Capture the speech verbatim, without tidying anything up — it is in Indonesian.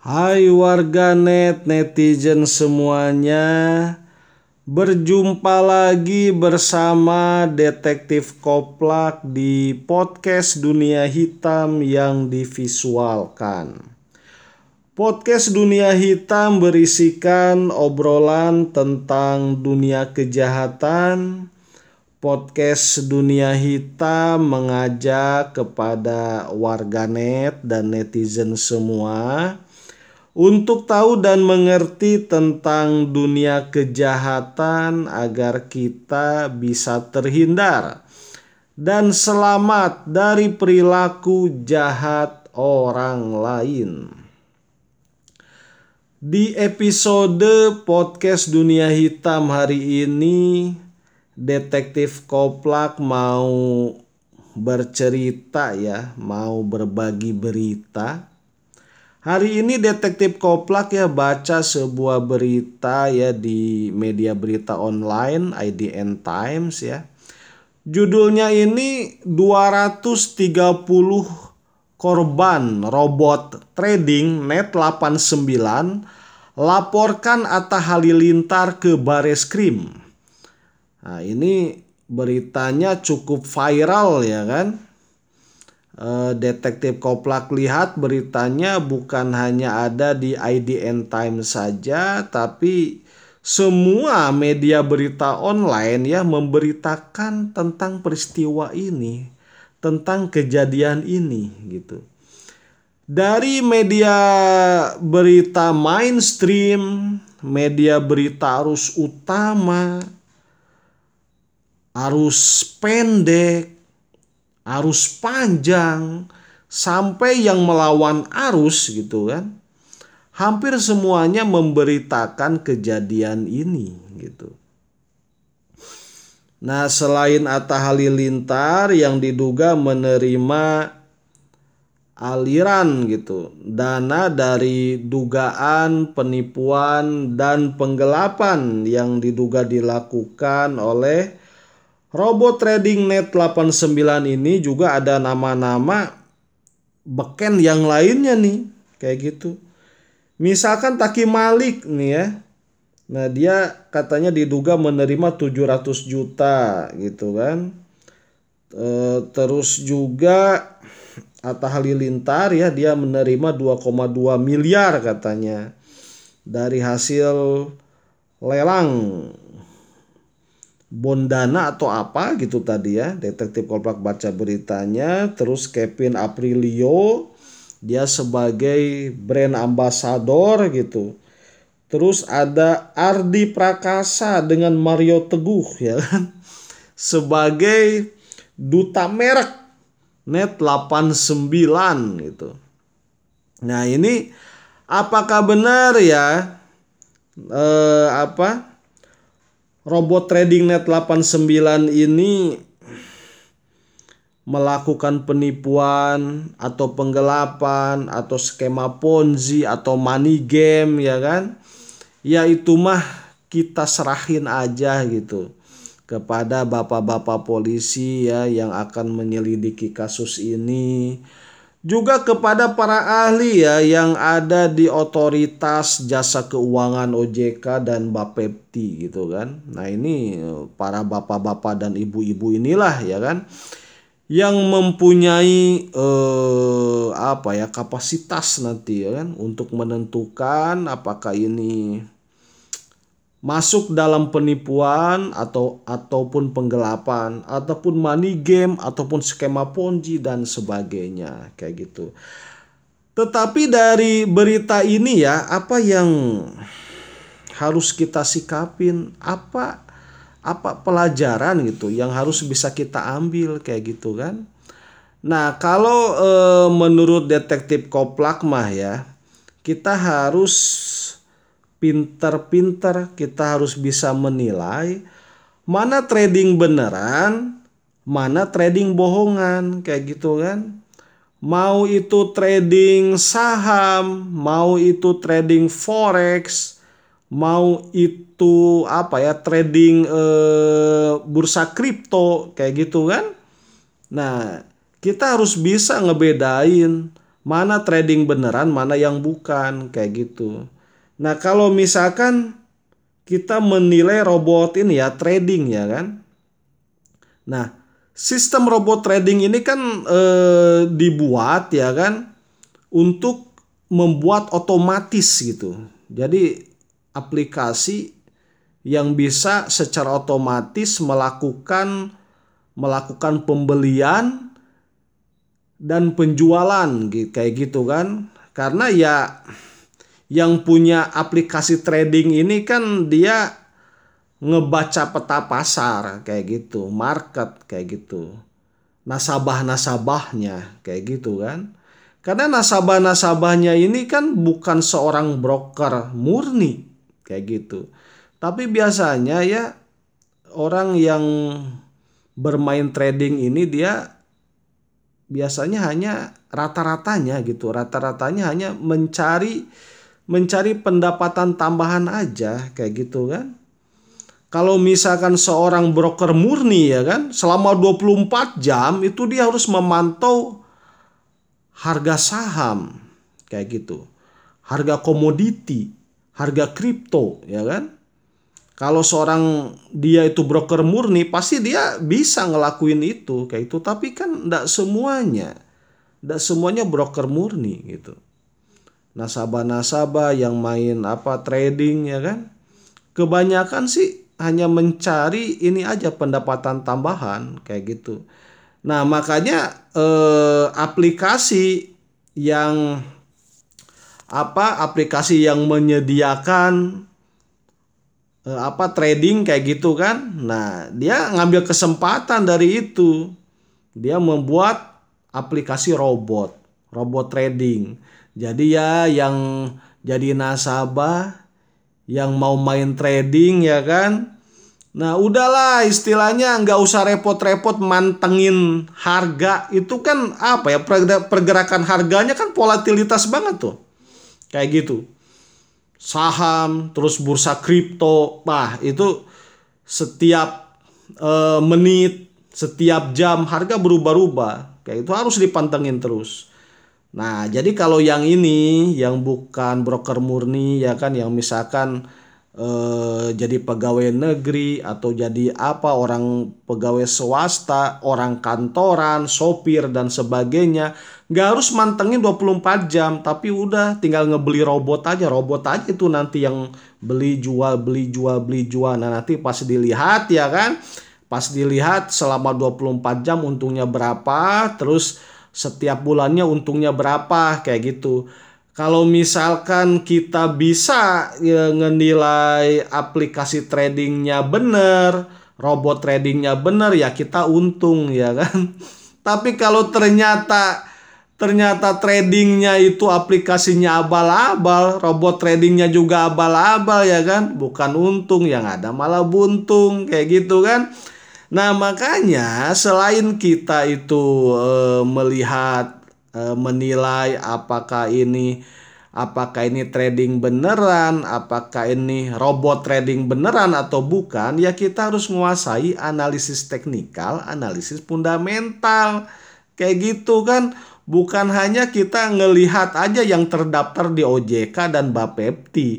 Hai warganet, netizen semuanya. Berjumpa lagi bersama Detektif Koplak di podcast Dunia Hitam yang divisualkan. Podcast Dunia Hitam berisikan obrolan tentang dunia kejahatan. Podcast Dunia Hitam mengajak kepada warganet dan netizen semua untuk tahu dan mengerti tentang dunia kejahatan agar kita bisa terhindar dan selamat dari perilaku jahat orang lain. Di episode podcast Dunia Hitam hari ini, Detektif Koplak mau bercerita ya, mau berbagi berita. Hari ini Detektif Koplak ya baca sebuah berita ya di media berita online I D N Times ya. Judulnya ini dua ratus tiga puluh korban robot trading net delapan puluh sembilan laporkan Atta Halilintar ke Bareskrim. Nah, ini beritanya cukup viral ya kan. Detektif Koplak lihat beritanya bukan hanya ada di I D N Times saja, tapi semua media berita online ya memberitakan tentang peristiwa ini, tentang kejadian ini gitu. Dari media berita mainstream, media berita arus utama, arus pendek, arus panjang, sampai yang melawan arus gitu kan. Hampir semuanya memberitakan kejadian ini gitu. Nah, selain Atta Halilintar yang diduga menerima aliran gitu, dana dari dugaan penipuan dan penggelapan yang diduga dilakukan oleh robot trading net delapan puluh sembilan ini, juga ada nama-nama beken yang lainnya nih kayak gitu. Misalkan Taki Malik nih ya. Nah, dia katanya diduga menerima tujuh ratus juta gitu kan. E, terus juga Atta Halilintar ya, dia menerima dua koma dua miliar katanya dari hasil lelang bondana atau apa gitu tadi ya. Detektif Koplak baca beritanya. Terus Kevin Aprilio, dia sebagai brand ambassador gitu. Terus ada Ardi Prakasa dengan Mario Teguh ya kan, sebagai duta merek net delapan puluh sembilan gitu. Nah, ini apakah benar ya eh, apa robot trading net delapan puluh sembilan ini melakukan penipuan atau penggelapan atau skema Ponzi atau money game ya kan? Ya itu mah kita serahin aja gitu kepada bapak-bapak polisi ya yang akan menyelidiki kasus ini. Juga kepada para ahli ya yang ada di Otoritas Jasa Keuangan O J K dan Bapepti gitu kan. Nah, ini para bapak-bapak dan ibu-ibu inilah ya kan yang mempunyai eh, apa ya kapasitas nanti ya kan untuk menentukan apakah ini masuk dalam penipuan atau ataupun penggelapan ataupun money game ataupun skema Ponzi dan sebagainya kayak gitu. Tetapi dari berita ini ya, apa yang harus kita sikapin, apa apa pelajaran gitu yang harus bisa kita ambil kayak gitu kan. Nah, kalau e, menurut Detektif Koplak mah ya, kita harus pinter-pinter, kita harus bisa menilai mana trading beneran, mana trading bohongan kayak gitu kan. Mau itu trading saham, mau itu trading forex, mau itu apa ya trading eh, bursa kripto kayak gitu kan. Nah, kita harus bisa ngebedain Mana trading beneran, mana yang bukan, kayak gitu. Nah, kalau misalkan kita menilai robot ini ya trading ya kan. Nah, sistem robot trading ini kan eh, dibuat ya kan untuk membuat otomatis gitu. Jadi aplikasi yang bisa secara otomatis melakukan melakukan pembelian dan penjualan gitu, kayak gitu kan. Karena ya yang punya aplikasi trading ini kan dia ngebaca peta pasar kayak gitu, market kayak gitu. Nasabah-nasabahnya kayak gitu kan. Karena nasabah-nasabahnya ini kan bukan seorang broker murni kayak gitu. Tapi biasanya ya orang yang bermain trading ini dia biasanya hanya rata-ratanya gitu. Rata-ratanya hanya mencari mencari pendapatan tambahan aja kayak gitu kan. Kalau misalkan seorang broker murni ya kan, selama dua puluh empat jam itu dia harus memantau harga saham kayak gitu. Harga komoditi, harga kripto ya kan. Kalau seorang dia itu broker murni pasti dia bisa ngelakuin itu kayak itu, tapi kan enggak semuanya. Enggak semuanya broker murni gitu. Nasabah-nasabah yang main apa trading ya kan. Kebanyakan sih hanya mencari ini aja pendapatan tambahan kayak gitu. Nah, makanya eh, aplikasi yang apa aplikasi yang menyediakan eh, apa trading kayak gitu kan. Nah, dia ngambil kesempatan dari itu. Dia membuat aplikasi robot, robot trading. Jadi ya yang jadi nasabah yang mau main trading ya kan. Nah udahlah istilahnya nggak usah repot-repot mantengin harga. Itu kan apa ya, pergerakan harganya kan volatilitas banget tuh. Kayak gitu. Saham, terus bursa kripto. Nah itu setiap eh, menit, setiap jam harga berubah-ubah. Kayak itu harus dipantengin terus. Nah, jadi kalau yang ini yang bukan broker murni ya kan, yang misalkan eh, jadi pegawai negeri atau jadi apa orang pegawai swasta, orang kantoran, sopir dan sebagainya, nggak harus mantengin dua puluh empat jam, tapi udah tinggal ngebeli robot aja, robot aja itu nanti yang beli jual beli jual beli jual. Nah, nanti pas dilihat ya kan, pas dilihat selama dua puluh empat jam untungnya berapa, terus setiap bulannya untungnya berapa kayak gitu. Kalau misalkan kita bisa ya, ngenilai aplikasi tradingnya bener, robot tradingnya bener ya kita untung ya kan. Tapi kalau ternyata ternyata tradingnya itu aplikasinya abal-abal, robot tradingnya juga abal-abal ya kan, bukan untung, yang ada malah buntung kayak gitu kan. Nah, makanya selain kita itu eh, melihat, eh, menilai apakah ini apakah ini trading beneran, apakah ini robot trading beneran atau bukan, ya kita harus menguasai analisis teknikal, analisis fundamental. Kayak gitu kan. Bukan hanya kita ngelihat aja yang terdaftar di O J K dan Bapepti.